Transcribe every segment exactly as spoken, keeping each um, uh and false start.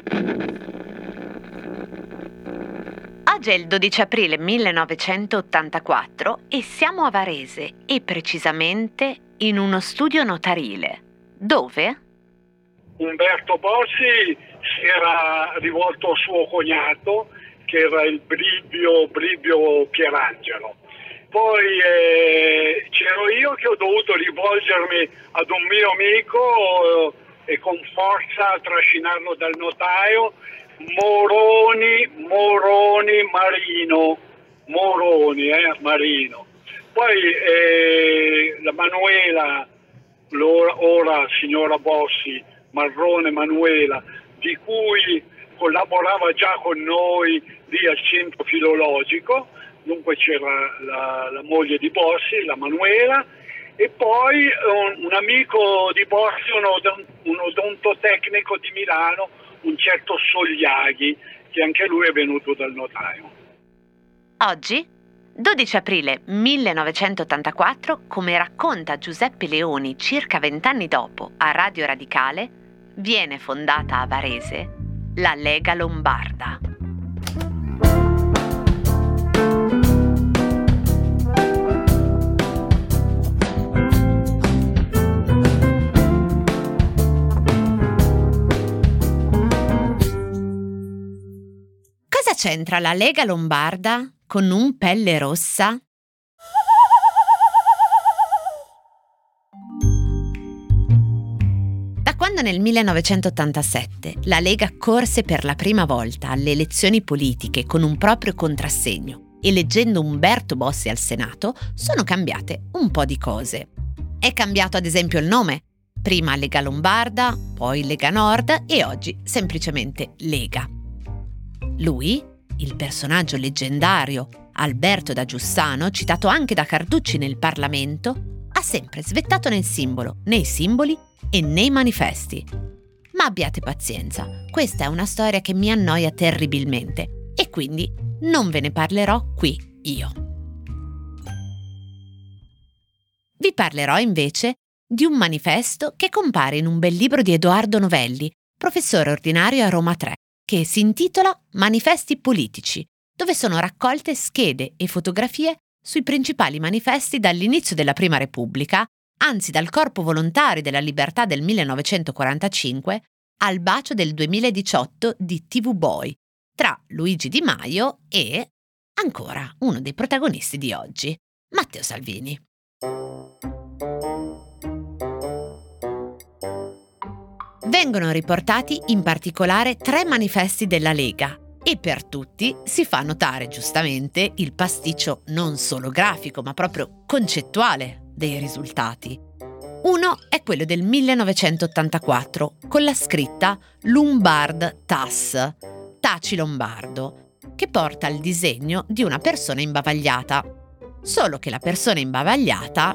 Oggi è il dodici aprile millenovecentottantaquattro e siamo a Varese e precisamente in uno studio notarile. Dove? Umberto Bossi si era rivolto a suo cognato, che era il Bribio, Bribio Pierangelo. Poi eh, c'ero io che ho dovuto rivolgermi ad un mio amico eh, e con forza trascinarlo dal notaio, Moroni, Moroni Marino, Moroni, eh, Marino. Poi eh, la Manuela, l'ora, ora signora Bossi, Marrone Manuela, di cui collaborava già con noi lì al centro filologico, dunque c'era la, la moglie di Bossi, la Manuela, e poi un, un amico di Bossi, un, odon, un odontotecnico di Milano, un certo Sogliaghi, che anche lui è venuto dal notaio. Oggi, dodici aprile millenovecentottantaquattro, come racconta Giuseppe Leoni circa vent'anni dopo a Radio Radicale, viene fondata a Varese la Lega Lombarda. Cosa c'entra la Lega Lombarda con un Pelle Rossa? Da quando nel millenovecentottantasette la Lega corse per la prima volta alle elezioni politiche con un proprio contrassegno, eleggendo Umberto Bossi al Senato, sono cambiate un po' di cose. È cambiato ad esempio il nome, prima Lega Lombarda, poi Lega Nord e oggi semplicemente Lega. Lui, il personaggio leggendario Alberto da Giussano, citato anche da Carducci nel Parlamento, ha sempre svettato nel simbolo, nei simboli e nei manifesti. Ma abbiate pazienza, questa è una storia che mi annoia terribilmente e quindi non ve ne parlerò qui io. Vi parlerò invece di un manifesto che compare in un bel libro di Edoardo Novelli, professore ordinario a Roma tre, che si intitola Manifesti politici, dove sono raccolte schede e fotografie sui principali manifesti dall'inizio della Prima Repubblica, anzi dal Corpo Volontari della Libertà del millenovecentoquarantacinque al bacio del duemiladiciotto di T V Boy, tra Luigi Di Maio e, ancora, uno dei protagonisti di oggi, Matteo Salvini. Vengono riportati in particolare tre manifesti della Lega e per tutti si fa notare giustamente il pasticcio non solo grafico ma proprio concettuale dei risultati. Uno è quello del millenovecentottantaquattro con la scritta Lombard T A S, Taci Lombardo, che porta al disegno di una persona imbavagliata. Solo che la persona imbavagliata,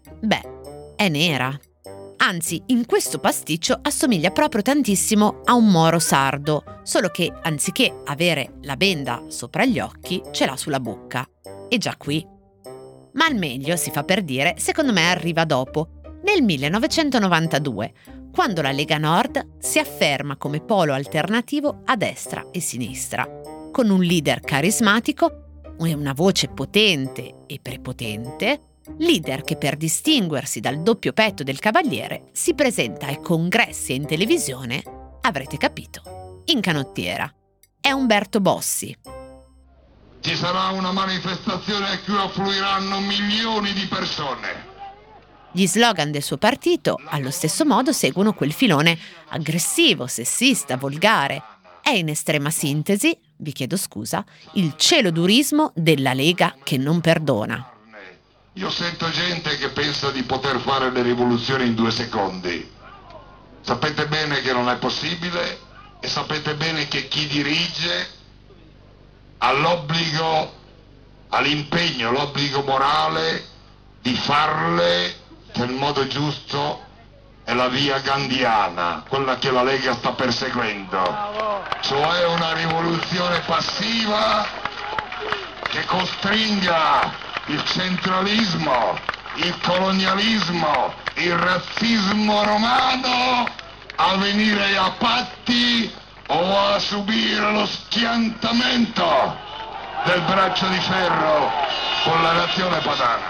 beh, è nera. Anzi, in questo pasticcio assomiglia proprio tantissimo a un moro sardo, solo che anziché avere la benda sopra gli occhi, ce l'ha sulla bocca. E già qui. Ma il meglio, si fa per dire, secondo me arriva dopo, nel millenovecentonovantadue, quando la Lega Nord si afferma come polo alternativo a destra e sinistra, con un leader carismatico e una voce potente e prepotente, leader che per distinguersi dal doppio petto del cavaliere si presenta ai congressi e in televisione, avrete capito, in canottiera. È Umberto Bossi. Ci sarà una manifestazione a cui affluiranno milioni di persone. Gli slogan del suo partito, allo stesso modo, seguono quel filone aggressivo, sessista, volgare. È in estrema sintesi, vi chiedo scusa, il celodurismo della Lega che non perdona. Io sento gente che pensa di poter fare le rivoluzioni in due secondi. Sapete bene che non è possibile e sapete bene che chi dirige ha l'obbligo, ha l'impegno, l'obbligo morale di farle nel modo giusto. È la via gandhiana, quella che la Lega sta perseguendo, cioè una rivoluzione passiva che costringa il centralismo, il colonialismo, il razzismo romano a venire a patti o a subire lo schiantamento del braccio di ferro con la nazione padana.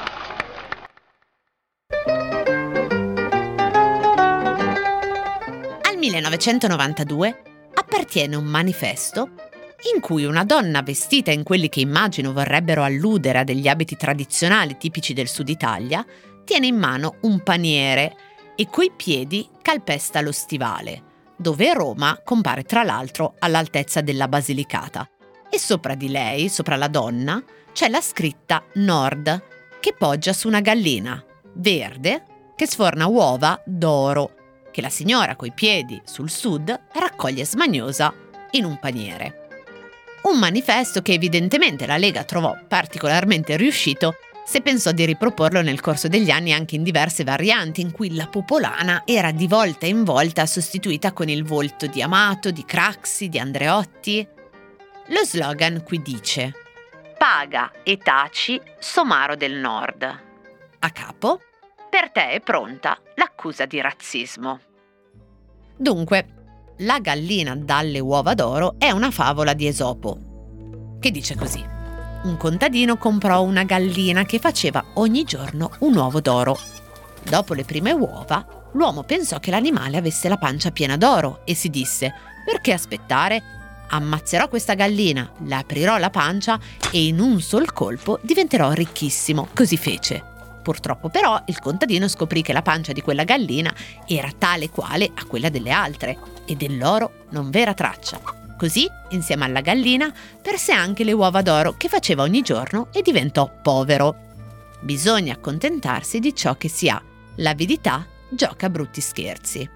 Al millenovecentonovantadue appartiene un manifesto in cui una donna vestita in quelli che immagino vorrebbero alludere a degli abiti tradizionali tipici del Sud Italia tiene in mano un paniere e coi piedi calpesta lo stivale, dove Roma compare tra l'altro all'altezza della Basilicata. E sopra di lei, sopra la donna, c'è la scritta Nord, che poggia su una gallina verde che sforna uova d'oro, che la signora coi piedi sul sud raccoglie smaniosa in un paniere. Un manifesto che evidentemente la Lega trovò particolarmente riuscito se pensò di riproporlo nel corso degli anni anche in diverse varianti in cui la popolana era di volta in volta sostituita con il volto di Amato, di Craxi, di Andreotti. Lo slogan qui dice: paga e taci somaro del Nord. A capo: per te è pronta l'accusa di razzismo. Dunque, la gallina dalle uova d'oro è una favola di Esopo, che dice così: un contadino comprò una gallina che faceva ogni giorno un uovo d'oro. Dopo le prime uova, l'uomo pensò che l'animale avesse la pancia piena d'oro e si disse: perché aspettare? Ammazzerò questa gallina, le aprirò la pancia e in un sol colpo diventerò ricchissimo. Così fece. Purtroppo però il contadino scoprì che la pancia di quella gallina era tale quale a quella delle altre e dell'oro non v'era traccia. Così, insieme alla gallina, perse anche le uova d'oro che faceva ogni giorno e diventò povero. Bisogna accontentarsi di ciò che si ha. L'avidità gioca brutti scherzi.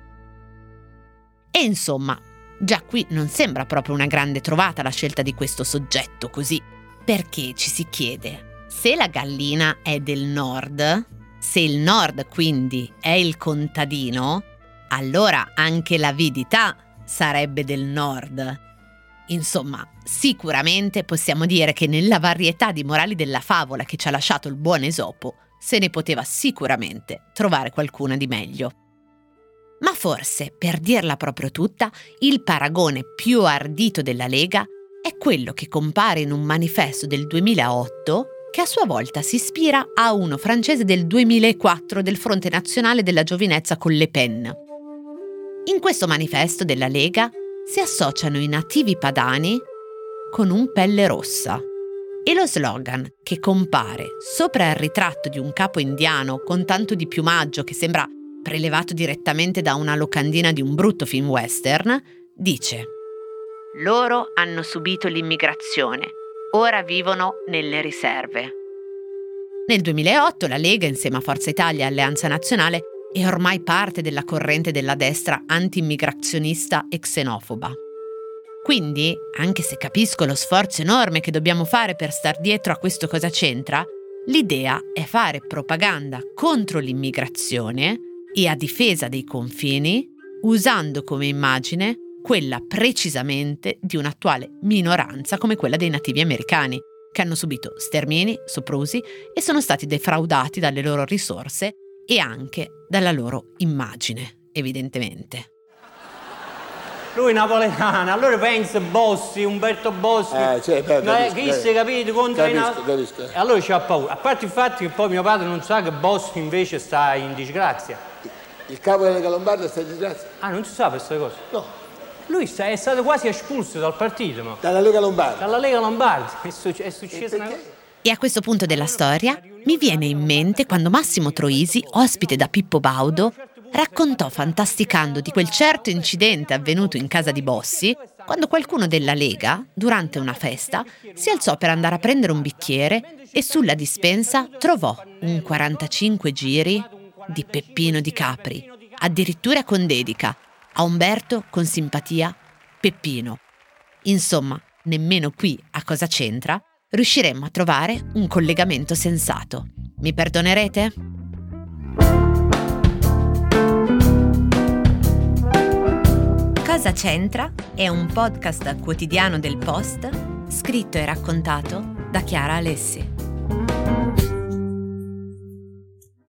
E insomma, già qui non sembra proprio una grande trovata la scelta di questo soggetto così, perché ci si chiede: se la gallina è del Nord, se il Nord quindi è il contadino, allora anche l'avidità sarebbe del Nord. Insomma, sicuramente possiamo dire che nella varietà di morali della favola che ci ha lasciato il buon Esopo, se ne poteva sicuramente trovare qualcuna di meglio. Ma forse, per dirla proprio tutta, il paragone più ardito della Lega è quello che compare in un manifesto del duemilaotto che a sua volta si ispira a uno francese del duemilaquattro del Fronte Nazionale della Giovinezza con Le Pen. In questo manifesto della Lega si associano i nativi padani con un pelle rossa e lo slogan che compare sopra il ritratto di un capo indiano con tanto di piumaggio che sembra prelevato direttamente da una locandina di un brutto film western dice: loro hanno subito l'immigrazione, ora vivono nelle riserve. Nel duemilaotto la Lega, insieme a Forza Italia e Alleanza Nazionale, è ormai parte della corrente della destra anti-immigrazionista e xenofoba. Quindi, anche se capisco lo sforzo enorme che dobbiamo fare per star dietro a questo cosa c'entra, l'idea è fare propaganda contro l'immigrazione e a difesa dei confini, usando come immagine quella precisamente di un'attuale minoranza come quella dei nativi americani, che hanno subito stermini, soprusi e sono stati defraudati dalle loro risorse e anche dalla loro immagine, evidentemente. Lui napoletano, allora pensa Bossi, Umberto Bossi, eh, cioè, beh, no, chi si capito contro capisco, i napoletani. capisco. E allora c'ha paura. A parte il fatto che poi mio padre non sa che Bossi invece sta in disgrazia. Il capo della Lega Lombarda sta in disgrazia? Ah, non si sa queste cose? No. Lui sta, è stato quasi espulso dal partito. Ma. Dalla Lega Lombarda? Dalla Lega Lombarda. È, succe- è successa una cosa. E a questo punto della storia mi viene in mente quando Massimo Troisi, ospite da Pippo Baudo, raccontò fantasticando di quel certo incidente avvenuto in casa di Bossi, quando qualcuno della Lega, durante una festa, si alzò per andare a prendere un bicchiere e sulla dispensa trovò un quarantacinque giri di Peppino di Capri, addirittura con dedica, a Umberto con simpatia, Peppino. Insomma, nemmeno qui a cosa c'entra, riusciremmo a trovare un collegamento sensato. Mi perdonerete? Cosa c'entra è un podcast quotidiano del Post, scritto e raccontato da Chiara Alessi.